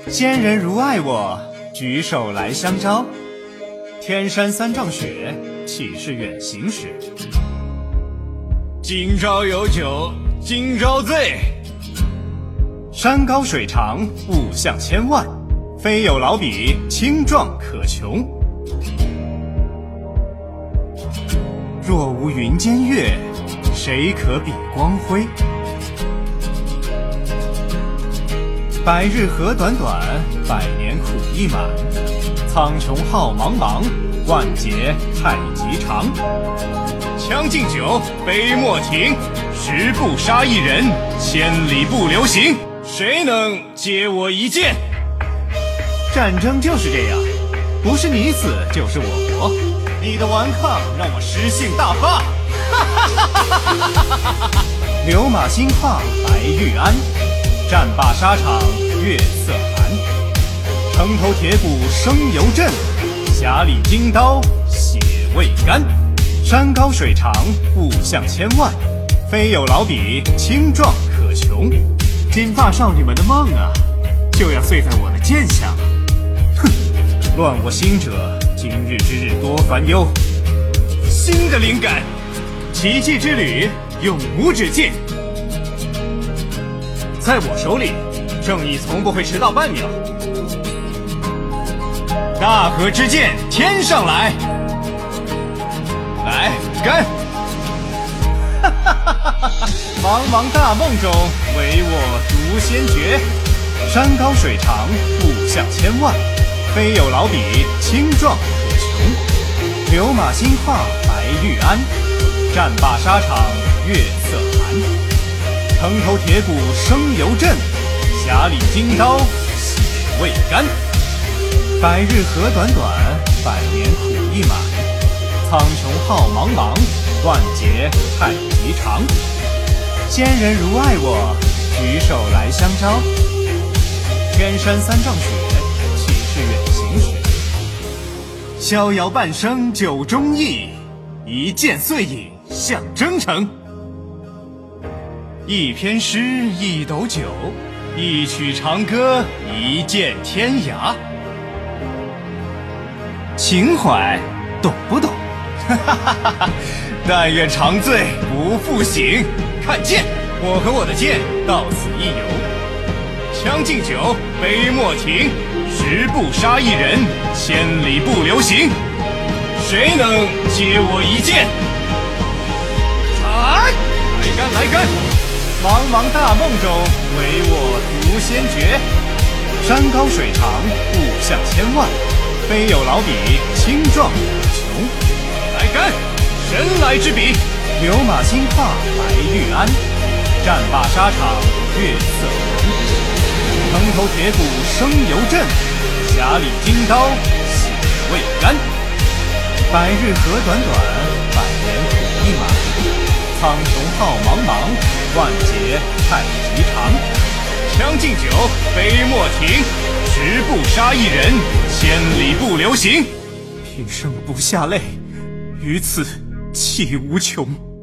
仙人如爱我，举手来相招。天山3丈雪，岂是远行时。 今朝有酒今朝醉， 山高水长物象千万，非有老彼青壮可穷。若无云间月，谁可比光辉？百日何短短，百年苦亦满。苍穹浩茫茫，万劫太极长。 将进酒，杯莫停，十步杀一人，千里不留行。谁能接我一剑？ 战争就是这样，不是你死就是我活。你的顽抗让我诗兴大发。流马新跨白玉鞍，战罢沙场月色寒。城头铁骨声犹震，匣里金刀血未干。山高水长物象千万，非有老彼青壮可穷。金发少女们的梦啊，就要碎在我的剑下了。哼，乱我心者，今日之日多烦忧。 新的灵感， 奇迹之旅永无止境。在我手里，正义从不会迟到半秒。大河之剑天上来， 来干！ 茫茫大梦中，唯我独先觉。山高水长物象千万，非有老彼青壮可穷。流马新跨白玉鞍，战罢沙场月色寒。城头铁骨声犹震，匣里金刀血未干。百日何短短，百年苦亦满。苍穹浩茫茫，万劫太极长。仙人如爱我，举手来相招。天山3丈雪，岂是远行时。逍遥半生酒中意，一剑碎影向征程。一篇诗一斗酒，一曲长歌一剑天涯。情怀懂不懂？ 但愿长醉不复醒。看剑， 我和我的剑到此一游。 将进酒，杯莫停，十步杀一人，千里不留行。谁能接我一剑？来干来干！ 茫茫大梦中，唯我独先觉。山高水长物象千万，非有老彼青壮可穷。 来干！神来之笔， 流马新跨白玉鞍，战罢沙场月色寒。城头铁骨声犹震，匣里金刀血未干。百日何短短，百年苦亦满。苍穹浩茫茫，万劫太极长。 将进酒，杯莫停，十步杀一人，千里不留行。 平生不下泪，于此泣无穷。